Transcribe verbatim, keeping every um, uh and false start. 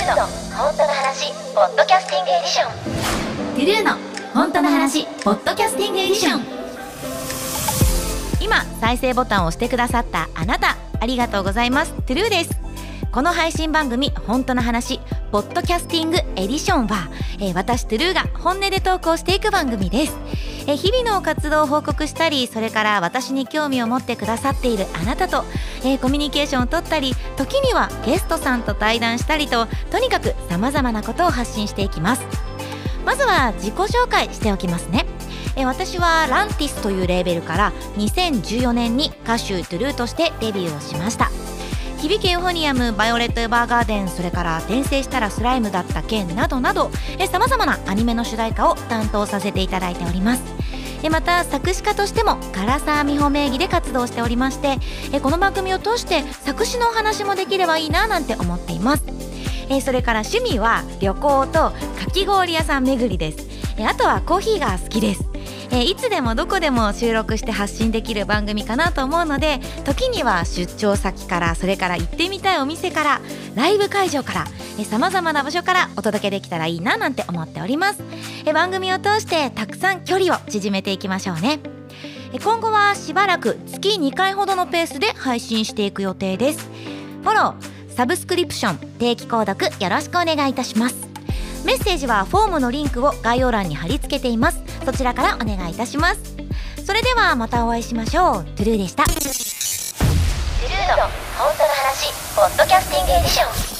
ルーの本当の話ポッドキャスティングエディション。 トゥルーの本当の話ポッドキャスティングエディション。今再生ボタンを押してくださったあなた、ありがとうございます。トゥルーです。この配信番組本当の話ポッドキャスティングエディションは、えー、私トゥルーが本音で投稿していく番組です。えー、日々の活動を報告したり、それから私に興味を持ってくださっているあなたと、えー、コミュニケーションを取ったり、時にはゲストさんと対談したりと、とにかく様々なことを発信していきます。まずは自己紹介しておきますね。えー、私はランティスというレーベルからにせんじゅうよねんに歌手トゥルーとしてデビューをしました。響けユーフォニアム、バイオレット・エヴァーガーデン、それから転生したらスライムだった件などなど、さまざまなアニメの主題歌を担当させていただいております。えまた作詞家としても唐沢美穂名義で活動しておりまして、えこの番組を通して作詞のお話もできればいいななんて思っています。えそれから趣味は旅行とかき氷屋さん巡りです。えあとはコーヒーが好きです。えいつでもどこでも収録して発信できる番組かなと思うので、時には出張先から、それから行ってみたいお店から、ライブ会場から、さまざまな場所からお届けできたらいいななんて思っております。え番組を通してたくさん距離を縮めていきましょうね。え今後はしばらく月にかいほどのペースで配信していく予定です。フォロー、サブスクリプション、定期購読よろしくお願いいたします。メッセージはフォームのリンクを概要欄に貼り付けています。そちらからお願いいたします。それではまたお会いしましょう。トゥルーでした。 トゥルーの本当の話ポッドキャスティングエディション。